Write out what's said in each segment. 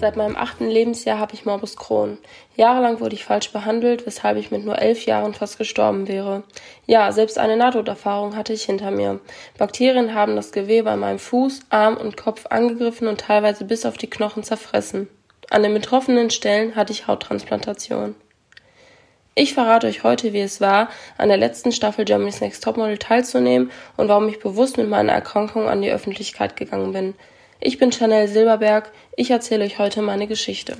Seit meinem 8. Lebensjahr habe ich Morbus Crohn. Jahrelang wurde ich falsch behandelt, weshalb ich mit nur 11 Jahren fast gestorben wäre. Ja, selbst eine Nahtoderfahrung hatte ich hinter mir. Bakterien haben das Gewebe an meinem Fuß, Arm und Kopf angegriffen und teilweise bis auf die Knochen zerfressen. An den betroffenen Stellen hatte ich Hauttransplantation. Ich verrate euch heute, wie es war, an der letzten Staffel Germany's Next Topmodel teilzunehmen und warum ich bewusst mit meiner Erkrankung an die Öffentlichkeit gegangen bin. Ich bin Chanel Silberberg, ich erzähle euch heute meine Geschichte.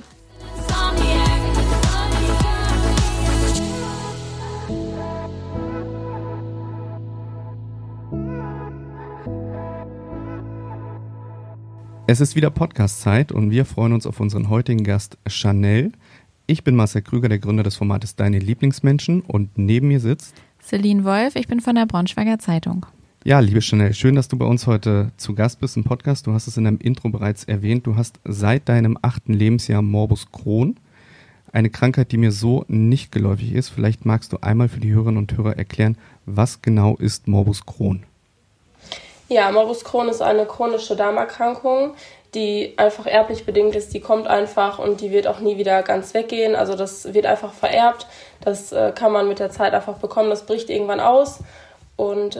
Es ist wieder Podcast-Zeit und wir freuen uns auf unseren heutigen Gast Chanel. Ich bin Marcel Krüger, der Gründer des Formates Deine Lieblingsmenschen, und neben mir sitzt Celine Wolf, ich bin von der Braunschweiger Zeitung. Ja, liebe Chanel, schön, dass du bei uns heute zu Gast bist im Podcast. Du hast es in deinem Intro bereits erwähnt. Du hast seit deinem 8. Lebensjahr Morbus Crohn, eine Krankheit, die mir so nicht geläufig ist. Vielleicht magst du einmal für die Hörerinnen und Hörer erklären, was genau ist Morbus Crohn? Ja, Morbus Crohn ist eine chronische Darmerkrankung, die einfach erblich bedingt ist. Die kommt einfach und die wird auch nie wieder ganz weggehen. Also das wird einfach vererbt. Das kann man mit der Zeit einfach bekommen. Das bricht irgendwann aus. Und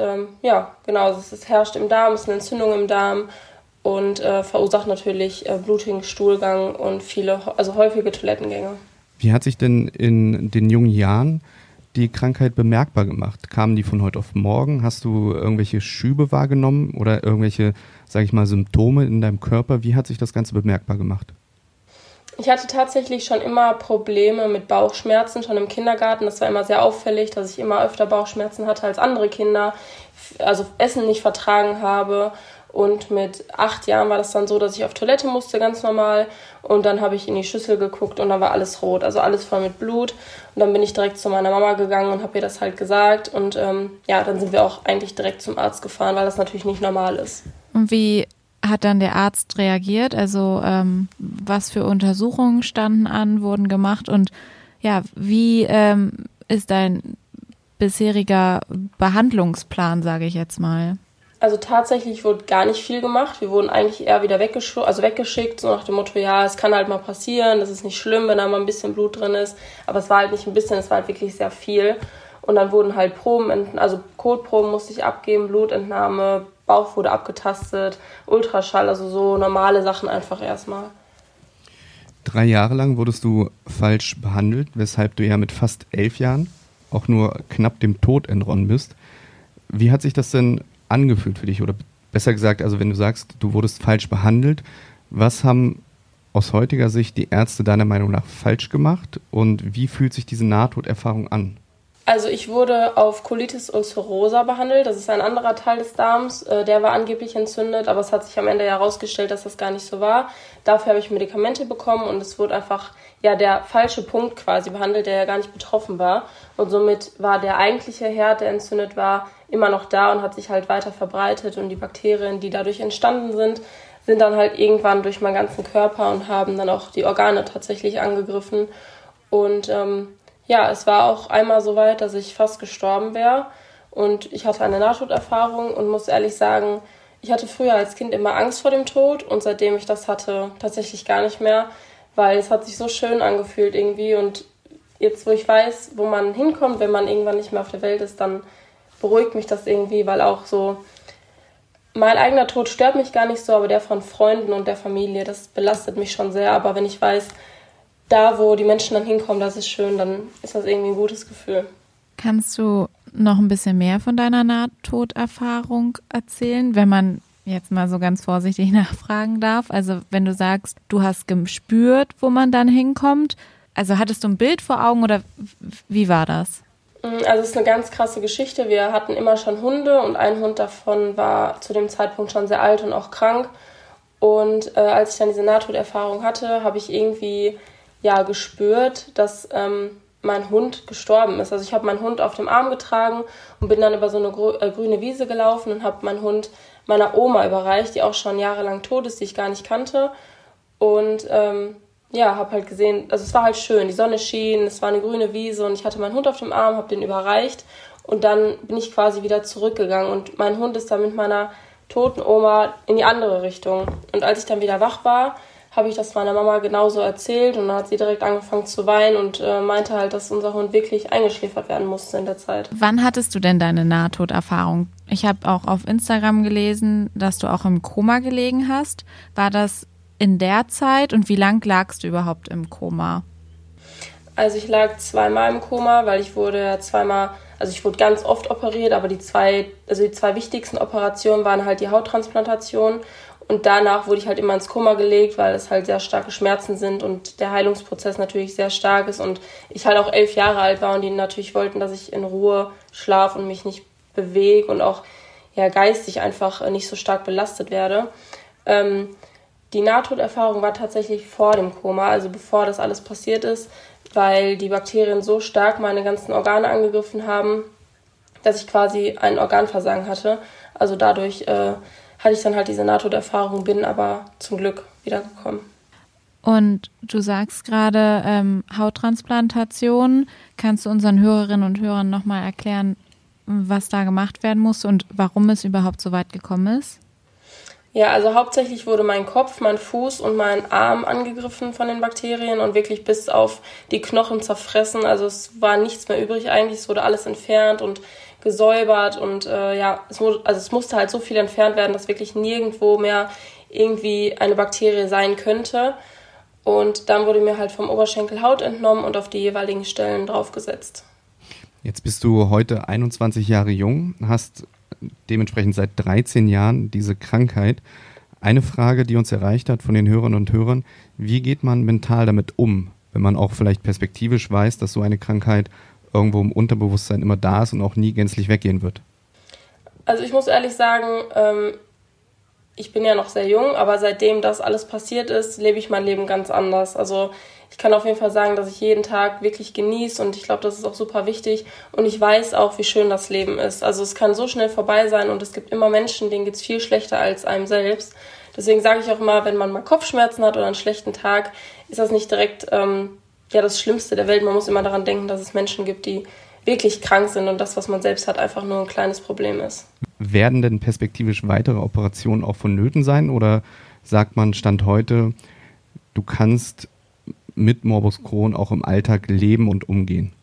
es herrscht im Darm, es ist eine Entzündung im Darm und verursacht natürlich blutigen Stuhlgang und häufige Toilettengänge. Wie hat sich denn in den jungen Jahren die Krankheit bemerkbar gemacht? Kamen die von heute auf morgen? Hast du irgendwelche Schübe wahrgenommen oder irgendwelche, sage ich mal, Symptome in deinem Körper? Wie hat sich das Ganze bemerkbar gemacht? Ich hatte tatsächlich schon immer Probleme mit Bauchschmerzen, schon im Kindergarten. Das war immer sehr auffällig, dass ich immer öfter Bauchschmerzen hatte als andere Kinder, also Essen nicht vertragen habe. Und mit 8 Jahren war das dann so, dass ich auf Toilette musste, ganz normal. Und dann habe ich in die Schüssel geguckt und da war alles rot, also alles voll mit Blut. Und dann bin ich direkt zu meiner Mama gegangen und habe ihr das halt gesagt. Und dann sind wir auch eigentlich direkt zum Arzt gefahren, weil das natürlich nicht normal ist. Und wie hat dann der Arzt reagiert? Also was für Untersuchungen standen an, wurden gemacht? Und ja, wie ist dein bisheriger Behandlungsplan, sage ich jetzt mal? Also tatsächlich wurde gar nicht viel gemacht. Wir wurden eigentlich eher wieder weggeschickt, so nach dem Motto, ja, es kann halt mal passieren, das ist nicht schlimm, wenn da mal ein bisschen Blut drin ist. Aber es war halt nicht ein bisschen, es war halt wirklich sehr viel. Und dann wurden halt Kotproben musste ich abgeben, Blutentnahme, Bauch wurde abgetastet, Ultraschall, also so normale Sachen einfach erstmal. 3 Jahre lang wurdest du falsch behandelt, weshalb du ja mit fast 11 Jahren auch nur knapp dem Tod entronnen bist. Wie hat sich das denn angefühlt für dich? Oder besser gesagt, also wenn du sagst, du wurdest falsch behandelt, was haben aus heutiger Sicht die Ärzte deiner Meinung nach falsch gemacht und wie fühlt sich diese Nahtoderfahrung an? Also ich wurde auf Colitis ulcerosa behandelt, das ist ein anderer Teil des Darms, der war angeblich entzündet, aber es hat sich am Ende herausgestellt, dass das gar nicht so war. Dafür habe ich Medikamente bekommen und es wurde einfach der falsche Punkt quasi behandelt, der ja gar nicht betroffen war. Und somit war der eigentliche Herd, der entzündet war, immer noch da und hat sich halt weiter verbreitet und die Bakterien, die dadurch entstanden sind dann halt irgendwann durch meinen ganzen Körper und haben dann auch die Organe tatsächlich angegriffen. Und es war auch einmal so weit, dass ich fast gestorben wäre und ich hatte eine Nahtoderfahrung und muss ehrlich sagen, ich hatte früher als Kind immer Angst vor dem Tod und seitdem ich das hatte, tatsächlich gar nicht mehr, weil es hat sich so schön angefühlt irgendwie und jetzt, wo ich weiß, wo man hinkommt, wenn man irgendwann nicht mehr auf der Welt ist, dann beruhigt mich das irgendwie, weil auch so mein eigener Tod stört mich gar nicht so, aber der von Freunden und der Familie, das belastet mich schon sehr, aber wenn ich weiß, da, wo die Menschen dann hinkommen, das ist schön, dann ist das irgendwie ein gutes Gefühl. Kannst du noch ein bisschen mehr von deiner Nahtoderfahrung erzählen, wenn man jetzt mal so ganz vorsichtig nachfragen darf? Also wenn du sagst, du hast gespürt, wo man dann hinkommt, also hattest du ein Bild vor Augen oder wie war das? Also es ist eine ganz krasse Geschichte. Wir hatten immer schon Hunde und ein Hund davon war zu dem Zeitpunkt schon sehr alt und auch krank. Und als ich dann diese Nahtoderfahrung hatte, habe ich irgendwie gespürt, dass mein Hund gestorben ist. Also ich habe meinen Hund auf dem Arm getragen und bin dann über so eine grüne Wiese gelaufen und habe meinen Hund meiner Oma überreicht, die auch schon jahrelang tot ist, die ich gar nicht kannte. Und habe halt gesehen, also es war halt schön, die Sonne schien, es war eine grüne Wiese und ich hatte meinen Hund auf dem Arm, habe den überreicht und dann bin ich quasi wieder zurückgegangen und mein Hund ist dann mit meiner toten Oma in die andere Richtung. Und als ich dann wieder wach war, habe ich das meiner Mama genauso erzählt und dann hat sie direkt angefangen zu weinen und meinte halt, dass unser Hund wirklich eingeschläfert werden musste in der Zeit. Wann hattest du denn deine Nahtoderfahrung? Ich habe auch auf Instagram gelesen, dass du auch im Koma gelegen hast. War das in der Zeit und wie lang lagst du überhaupt im Koma? Also ich lag 2-mal im Koma, weil ich wurde ganz oft operiert, aber die zwei wichtigsten Operationen waren halt die Hauttransplantation. Und danach wurde ich halt immer ins Koma gelegt, weil es halt sehr starke Schmerzen sind und der Heilungsprozess natürlich sehr stark ist. Und ich halt auch 11 Jahre alt war und die natürlich wollten, dass ich in Ruhe schlafe und mich nicht bewege und auch geistig einfach nicht so stark belastet werde. Die Nahtoderfahrung war tatsächlich vor dem Koma, also bevor das alles passiert ist, weil die Bakterien so stark meine ganzen Organe angegriffen haben, dass ich quasi ein Organversagen hatte. Also dadurch hatte ich dann halt diese Nahtoderfahrung, bin aber zum Glück wiedergekommen. Und du sagst gerade Hauttransplantation. Kannst du unseren Hörerinnen und Hörern nochmal erklären, was da gemacht werden muss und warum es überhaupt so weit gekommen ist? Ja, also hauptsächlich wurde mein Kopf, mein Fuß und mein Arm angegriffen von den Bakterien und wirklich bis auf die Knochen zerfressen. Also es war nichts mehr übrig eigentlich, es wurde alles entfernt und gesäubert und es musste halt so viel entfernt werden, dass wirklich nirgendwo mehr irgendwie eine Bakterie sein könnte. Und dann wurde mir halt vom Oberschenkel Haut entnommen und auf die jeweiligen Stellen draufgesetzt. Jetzt bist du heute 21 Jahre jung, hast dementsprechend seit 13 Jahren diese Krankheit. Eine Frage, die uns erreicht hat von den Hörern und Hörern: Wie geht man mental damit um, wenn man auch vielleicht perspektivisch weiß, dass so eine Krankheit irgendwo im Unterbewusstsein immer da ist und auch nie gänzlich weggehen wird? Also ich muss ehrlich sagen, ich bin ja noch sehr jung, aber seitdem das alles passiert ist, lebe ich mein Leben ganz anders. Also ich kann auf jeden Fall sagen, dass ich jeden Tag wirklich genieße und ich glaube, das ist auch super wichtig. Und ich weiß auch, wie schön das Leben ist. Also es kann so schnell vorbei sein und es gibt immer Menschen, denen geht es viel schlechter als einem selbst. Deswegen sage ich auch immer, wenn man mal Kopfschmerzen hat oder einen schlechten Tag, ist das nicht direkt das Schlimmste der Welt. Man muss immer daran denken, dass es Menschen gibt, die wirklich krank sind und das, was man selbst hat, einfach nur ein kleines Problem ist. Werden denn perspektivisch weitere Operationen auch vonnöten sein oder sagt man Stand heute, du kannst mit Morbus Crohn auch im Alltag leben und umgehen?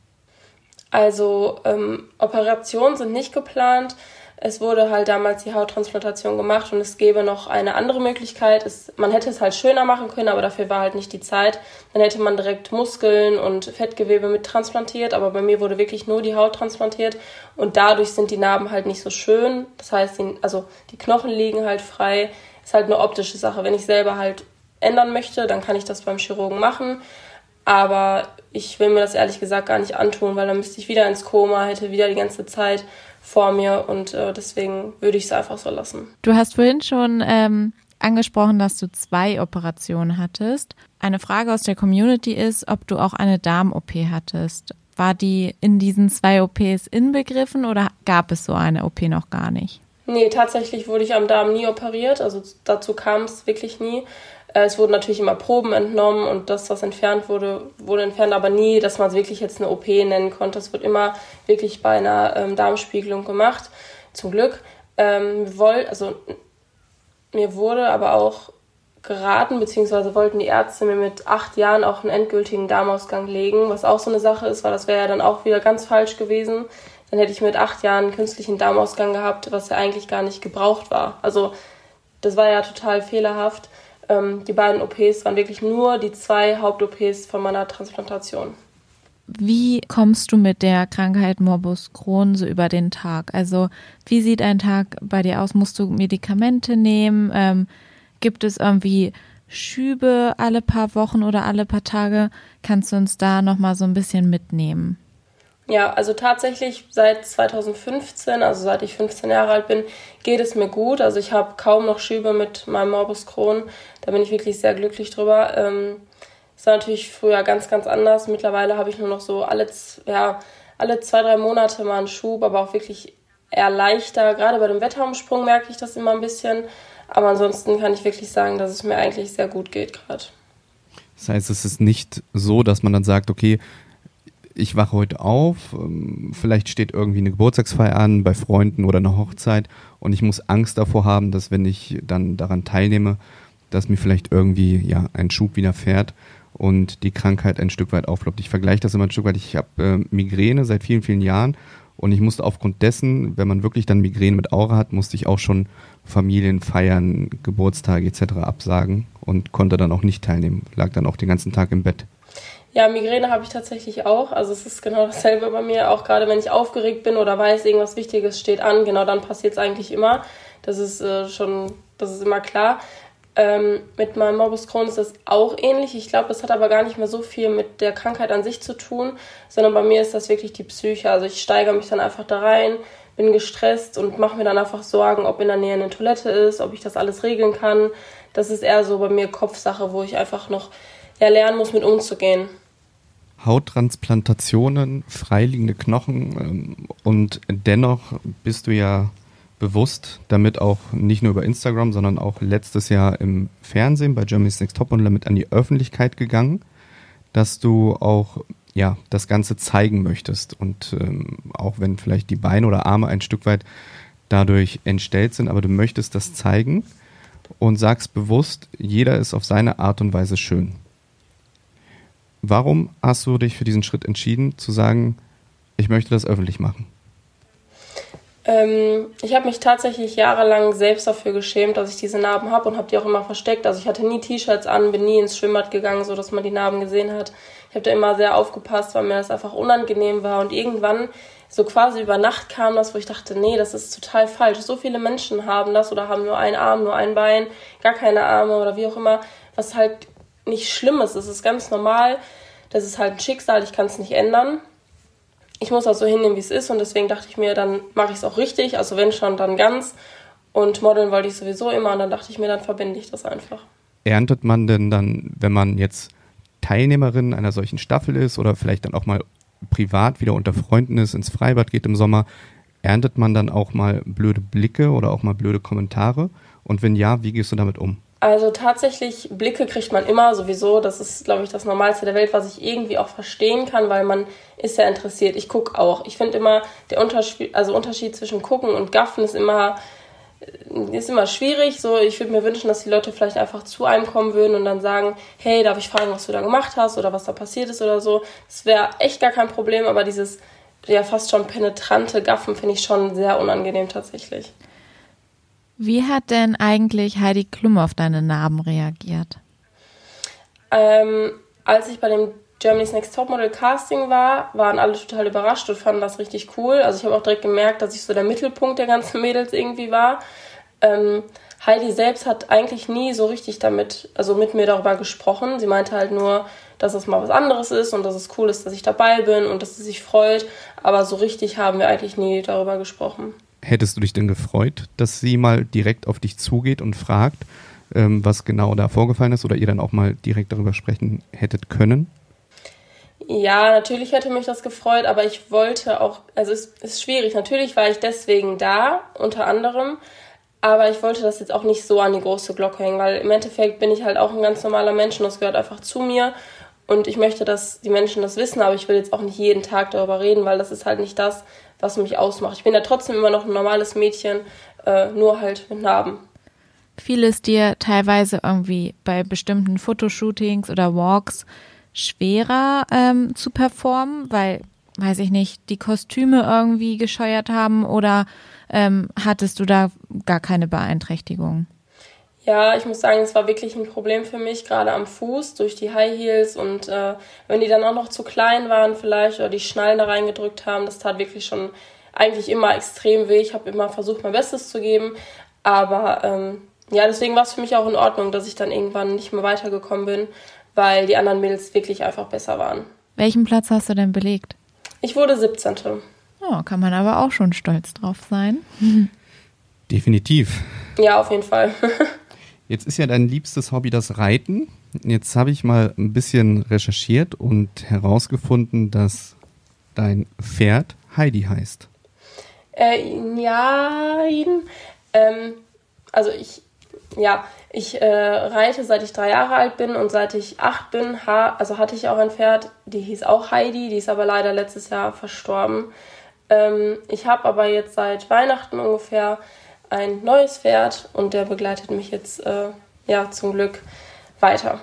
Also Operationen sind nicht geplant. Es wurde halt damals die Hauttransplantation gemacht und es gäbe noch eine andere Möglichkeit. Man hätte es halt schöner machen können, aber dafür war halt nicht die Zeit. Dann hätte man direkt Muskeln und Fettgewebe mit transplantiert, aber bei mir wurde wirklich nur die Haut transplantiert und dadurch sind die Narben halt nicht so schön. Das heißt, die Knochen liegen halt frei. Ist halt eine optische Sache. Wenn ich selber halt ändern möchte, dann kann ich das beim Chirurgen machen. Aber ich will mir das ehrlich gesagt gar nicht antun, weil dann müsste ich wieder ins Koma, hätte wieder die ganze Zeit vor mir und deswegen würde ich es einfach so lassen. Du hast vorhin schon angesprochen, dass du 2 Operationen hattest. Eine Frage aus der Community ist, ob du auch eine Darm-OP hattest. War die in diesen 2 OPs inbegriffen oder gab es so eine OP noch gar nicht? Nee, tatsächlich wurde ich am Darm nie operiert, also dazu kam es wirklich nie. Es wurden natürlich immer Proben entnommen und das, was entfernt wurde, wurde entfernt, aber nie, dass man es wirklich jetzt eine OP nennen konnte. Es wird immer wirklich bei einer Darmspiegelung gemacht, zum Glück. Mir wurde aber auch geraten, beziehungsweise wollten die Ärzte mir mit 8 Jahren auch einen endgültigen Darmausgang legen, was auch so eine Sache ist, weil das wäre ja dann auch wieder ganz falsch gewesen. Dann hätte ich mit 8 Jahren einen künstlichen Darmausgang gehabt, was ja eigentlich gar nicht gebraucht war. Also das war ja total fehlerhaft. Die beiden OPs waren wirklich nur die 2 Haupt-OPs von meiner Transplantation. Wie kommst du mit der Krankheit Morbus Crohn so über den Tag? Also wie sieht ein Tag bei dir aus? Musst du Medikamente nehmen? Gibt es irgendwie Schübe alle paar Wochen oder alle paar Tage? Kannst du uns da nochmal so ein bisschen mitnehmen? Ja, also tatsächlich seit 2015, also seit ich 15 Jahre alt bin, geht es mir gut. Also ich habe kaum noch Schübe mit meinem Morbus Crohn. Da bin ich wirklich sehr glücklich drüber. Es war natürlich früher ganz, ganz anders. Mittlerweile habe ich nur noch so alle 2-3 Monate mal einen Schub, aber auch wirklich eher leichter. Gerade bei dem Wetterumsprung merke ich das immer ein bisschen. Aber ansonsten kann ich wirklich sagen, dass es mir eigentlich sehr gut geht gerade. Das heißt, es ist nicht so, dass man dann sagt, okay, ich wache heute auf, vielleicht steht irgendwie eine Geburtstagsfeier an bei Freunden oder eine Hochzeit und ich muss Angst davor haben, dass wenn ich dann daran teilnehme, dass mir vielleicht irgendwie ja ein Schub widerfährt und die Krankheit ein Stück weit aufploppt. Ich vergleiche das immer ein Stück weit. Ich habe Migräne seit vielen, vielen Jahren und ich musste aufgrund dessen, wenn man wirklich dann Migräne mit Aura hat, musste ich auch schon Familien feiern, Geburtstage etc. absagen und konnte dann auch nicht teilnehmen. Lag dann auch den ganzen Tag im Bett. Ja, Migräne habe ich tatsächlich auch. Also es ist genau dasselbe bei mir. Auch gerade wenn ich aufgeregt bin oder weiß, irgendwas Wichtiges steht an, genau dann passiert es eigentlich immer. Das ist immer klar. Mit meinem Morbus Crohn ist das auch ähnlich. Ich glaube, das hat aber gar nicht mehr so viel mit der Krankheit an sich zu tun, sondern bei mir ist das wirklich die Psyche. Also ich steigere mich dann einfach da rein, bin gestresst und mache mir dann einfach Sorgen, ob in der Nähe eine Toilette ist, ob ich das alles regeln kann. Das ist eher so bei mir Kopfsache, wo ich einfach noch lernen muss, mit umzugehen. Hauttransplantationen, freiliegende Knochen und dennoch bist du ja bewusst damit auch nicht nur über Instagram, sondern auch letztes Jahr im Fernsehen bei Germany's Next Topmodel damit an die Öffentlichkeit gegangen, dass du auch das Ganze zeigen möchtest und auch wenn vielleicht die Beine oder Arme ein Stück weit dadurch entstellt sind, aber du möchtest das zeigen und sagst bewusst, jeder ist auf seine Art und Weise schön. Warum hast du dich für diesen Schritt entschieden, zu sagen, ich möchte das öffentlich machen? Ich habe mich tatsächlich jahrelang selbst dafür geschämt, dass ich diese Narben habe und habe die auch immer versteckt. Also ich hatte nie T-Shirts an, bin nie ins Schwimmbad gegangen, so dass man die Narben gesehen hat. Ich habe da immer sehr aufgepasst, weil mir das einfach unangenehm war. Und irgendwann, so quasi über Nacht kam das, wo ich dachte, nee, das ist total falsch. So viele Menschen haben das oder haben nur einen Arm, nur ein Bein, gar keine Arme oder wie auch immer, was halt nicht schlimm ist. Es ist ganz normal. Das ist halt ein Schicksal, ich kann es nicht ändern. Ich muss das so hinnehmen, wie es ist und deswegen dachte ich mir, dann mache ich es auch richtig, also wenn schon, dann ganz. Und modeln wollte ich sowieso immer und dann dachte ich mir, dann verbinde ich das einfach. Erntet man denn dann, wenn man jetzt Teilnehmerin einer solchen Staffel ist oder vielleicht dann auch mal privat wieder unter Freunden ist, ins Freibad geht im Sommer, erntet man dann auch mal blöde Blicke oder auch mal blöde Kommentare? Und wenn ja, wie gehst du damit um? Also tatsächlich, Blicke kriegt man immer sowieso. Das ist, glaube ich, das Normalste der Welt, was ich irgendwie auch verstehen kann, weil man ist ja interessiert. Ich gucke auch. Ich finde immer, der Unterschied zwischen Gucken und Gaffen ist immer schwierig. So, ich würde mir wünschen, dass die Leute vielleicht einfach zu einem kommen würden und dann sagen, hey, darf ich fragen, was du da gemacht hast oder was da passiert ist oder so. Das wäre echt gar kein Problem, aber dieses fast schon penetrante Gaffen finde ich schon sehr unangenehm tatsächlich. Wie hat denn eigentlich Heidi Klum auf deine Narben reagiert? Als ich bei dem Germany's Next Topmodel Casting war, waren alle total überrascht und fanden das richtig cool. Also ich habe auch direkt gemerkt, dass ich so der Mittelpunkt der ganzen Mädels irgendwie war. Heidi selbst hat eigentlich nie so richtig mit mir darüber gesprochen. Sie meinte halt nur, dass es mal was anderes ist und dass es cool ist, dass ich dabei bin und dass sie sich freut. Aber so richtig haben wir eigentlich nie darüber gesprochen. Hättest du dich denn gefreut, dass sie mal direkt auf dich zugeht und fragt, was genau da vorgefallen ist oder ihr dann auch mal direkt darüber sprechen hättet können? Ja, natürlich hätte mich das gefreut, aber ich wollte auch, also es ist schwierig. Natürlich war ich deswegen da, unter anderem, aber ich wollte das jetzt auch nicht so an die große Glocke hängen, weil im Endeffekt bin ich halt auch ein ganz normaler Mensch und das gehört einfach zu mir und ich möchte, dass die Menschen das wissen, aber ich will jetzt auch nicht jeden Tag darüber reden, weil das ist halt nicht das, was mich ausmacht. Ich bin ja trotzdem immer noch ein normales Mädchen, nur halt mit Narben. Fiel es dir teilweise irgendwie bei bestimmten Fotoshootings oder Walks schwerer zu performen, weil, weiß ich nicht, die Kostüme irgendwie gescheuert haben oder hattest du da gar keine Beeinträchtigung? Ja, ich muss sagen, es war wirklich ein Problem für mich, gerade am Fuß durch die High Heels und wenn die dann auch noch zu klein waren vielleicht oder die Schnallen da reingedrückt haben, das tat wirklich schon eigentlich immer extrem weh. Ich habe immer versucht, mein Bestes zu geben, aber deswegen war es für mich auch in Ordnung, dass ich dann irgendwann nicht mehr weitergekommen bin, weil die anderen Mädels wirklich einfach besser waren. Welchen Platz hast du denn belegt? Ich wurde 17. Oh, kann man aber auch schon stolz drauf sein. Definitiv. Ja, auf jeden Fall. Jetzt ist ja dein liebstes Hobby das Reiten. Jetzt habe ich mal ein bisschen recherchiert und herausgefunden, dass dein Pferd Heidi heißt. Ich reite, seit ich 3 Jahre alt bin und seit ich 8 bin, hatte ich auch ein Pferd, die hieß auch Heidi, die ist aber leider letztes Jahr verstorben. Ich habe aber jetzt seit Weihnachten ungefähr ein neues Pferd und der begleitet mich jetzt zum Glück weiter.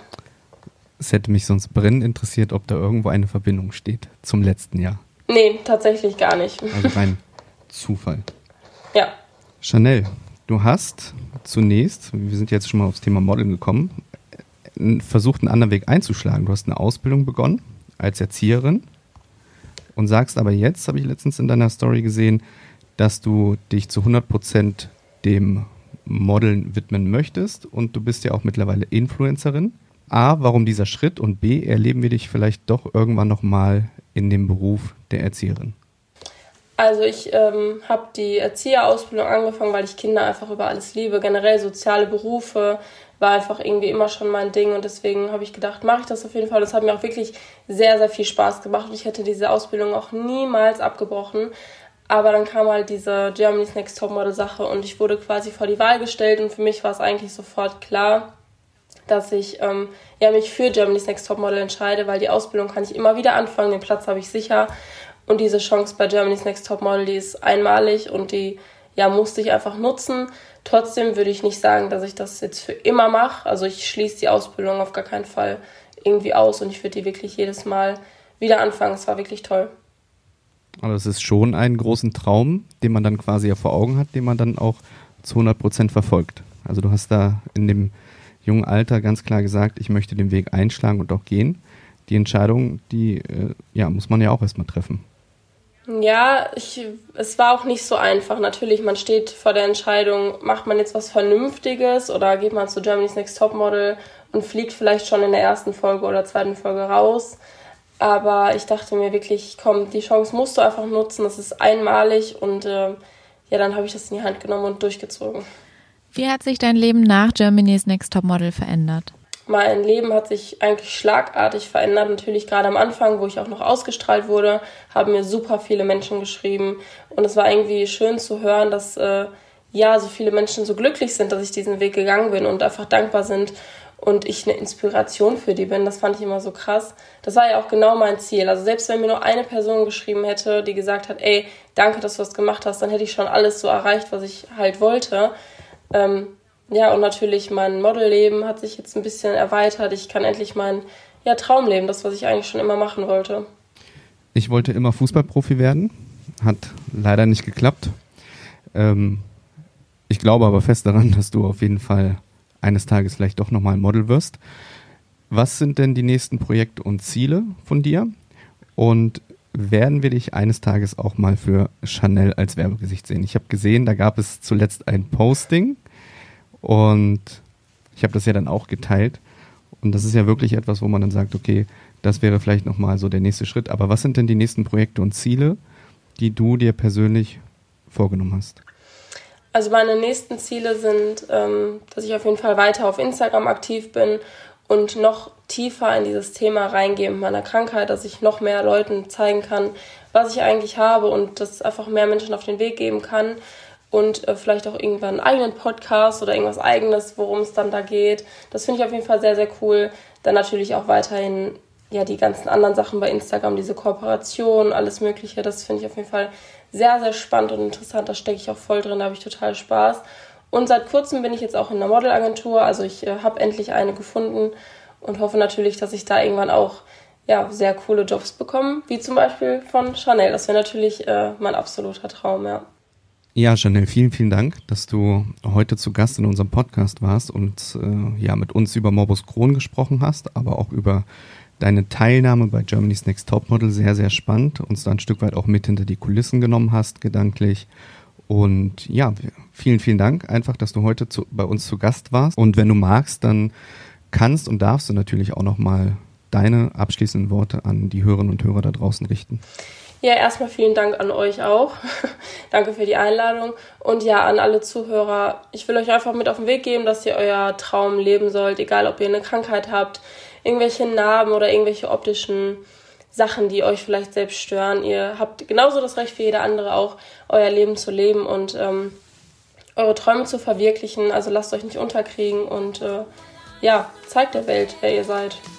Es hätte mich sonst brennend interessiert, ob da irgendwo eine Verbindung steht zum letzten Jahr. Nee, tatsächlich gar nicht. Also rein Zufall. Ja. Chanel, du hast zunächst, wir sind jetzt schon mal aufs Thema Modeln gekommen, versucht einen anderen Weg einzuschlagen. Du hast eine Ausbildung begonnen als Erzieherin und sagst aber jetzt, habe ich letztens in deiner Story gesehen, dass du dich zu 100% dem Modeln widmen möchtest und du bist ja auch mittlerweile Influencerin. A, warum dieser Schritt und B, erleben wir dich vielleicht doch irgendwann nochmal in dem Beruf der Erzieherin? Also ich habe die Erzieherausbildung angefangen, weil ich Kinder einfach über alles liebe. Generell soziale Berufe war einfach irgendwie immer schon mein Ding und deswegen habe ich gedacht, mache ich das auf jeden Fall. Das hat mir auch wirklich sehr, sehr viel Spaß gemacht und ich hätte diese Ausbildung auch niemals abgebrochen. Aber dann kam halt diese Germany's Next Topmodel Sache und ich wurde quasi vor die Wahl gestellt und für mich war es eigentlich sofort klar, dass ich mich für Germany's Next Topmodel entscheide, weil die Ausbildung kann ich immer wieder anfangen, den Platz habe ich sicher und diese Chance bei Germany's Next Topmodel, die ist einmalig und die musste ich einfach nutzen. Trotzdem würde ich nicht sagen, dass ich das jetzt für immer mache, also ich schließe die Ausbildung auf gar keinen Fall irgendwie aus und ich würde die wirklich jedes Mal wieder anfangen, es war wirklich toll. Aber es ist schon einen großen Traum, den man dann quasi ja vor Augen hat, den man dann auch zu 100% verfolgt. Also du hast da in dem jungen Alter ganz klar gesagt, ich möchte den Weg einschlagen und auch gehen. Die Entscheidung, die muss man ja auch erstmal treffen. Ja, es war auch nicht so einfach. Natürlich, man steht vor der Entscheidung, macht man jetzt was Vernünftiges oder geht man zu Germany's Next Topmodel und fliegt vielleicht schon in der ersten Folge oder zweiten Folge raus. Aber ich dachte mir wirklich, komm, die Chance musst du einfach nutzen, das ist einmalig und dann habe ich das in die Hand genommen und durchgezogen. Wie hat sich dein Leben nach Germany's Next Topmodel verändert? Mein Leben hat sich eigentlich schlagartig verändert. Natürlich gerade am Anfang, wo ich auch noch ausgestrahlt wurde, haben mir super viele Menschen geschrieben. Und es war irgendwie schön zu hören, dass so viele Menschen so glücklich sind, dass ich diesen Weg gegangen bin und einfach dankbar sind und ich eine Inspiration für die bin. Das fand ich immer so krass. Das war ja auch genau mein Ziel. Also selbst wenn mir nur eine Person geschrieben hätte, die gesagt hat, ey, danke, dass du das gemacht hast, dann hätte ich schon alles so erreicht, was ich halt wollte. Und natürlich mein Modelleben hat sich jetzt ein bisschen erweitert. Ich kann endlich mein Traum leben, das, was ich eigentlich schon immer machen wollte. Ich wollte immer Fußballprofi werden, hat leider nicht geklappt. Ich glaube aber fest daran, dass du auf jeden Fall eines Tages vielleicht doch nochmal Model wirst. Was sind denn die nächsten Projekte und Ziele von dir? Und werden wir dich eines Tages auch mal für Chanel als Werbegesicht sehen? Ich habe gesehen, da gab es zuletzt ein Posting und ich habe das ja dann auch geteilt. Und das ist ja wirklich etwas, wo man dann sagt, okay, das wäre vielleicht nochmal so der nächste Schritt. Aber was sind denn die nächsten Projekte und Ziele, die du dir persönlich vorgenommen hast? Also meine nächsten Ziele sind, dass ich auf jeden Fall weiter auf Instagram aktiv bin und noch tiefer in dieses Thema reingehe mit meiner Krankheit, dass ich noch mehr Leuten zeigen kann, was ich eigentlich habe und das einfach mehr Menschen auf den Weg geben kann und vielleicht auch irgendwann einen eigenen Podcast oder irgendwas Eigenes, worum es dann da geht. Das finde ich auf jeden Fall sehr, sehr cool. Dann natürlich auch weiterhin die ganzen anderen Sachen bei Instagram, diese Kooperation, alles Mögliche, das finde ich auf jeden Fall sehr, sehr spannend und interessant. Da stecke ich auch voll drin, da habe ich total Spaß. Und seit kurzem bin ich jetzt auch in einer Modelagentur, also ich habe endlich eine gefunden und hoffe natürlich, dass ich da irgendwann auch sehr coole Jobs bekomme, wie zum Beispiel von Chanel. Das wäre natürlich mein absoluter Traum, ja. Ja, Chanel, vielen, vielen Dank, dass du heute zu Gast in unserem Podcast warst und mit uns über Morbus Crohn gesprochen hast, aber auch über deine Teilnahme bei Germany's Next Topmodel. Sehr, sehr spannend. Uns da ein Stück weit auch mit hinter die Kulissen genommen hast, gedanklich. Und ja, vielen, vielen Dank einfach, dass du heute bei uns zu Gast warst. Und wenn du magst, dann kannst und darfst du natürlich auch nochmal deine abschließenden Worte an die Hörerinnen und Hörer da draußen richten. Ja, erstmal vielen Dank an euch auch. Danke für die Einladung. Und an alle Zuhörer, ich will euch einfach mit auf den Weg geben, dass ihr euer Traum leben sollt, egal ob ihr eine Krankheit habt, irgendwelche Narben oder irgendwelche optischen Sachen, die euch vielleicht selbst stören. Ihr habt genauso das Recht wie jeder andere auch, euer Leben zu leben und eure Träume zu verwirklichen. Also lasst euch nicht unterkriegen und zeigt der Welt, wer ihr seid.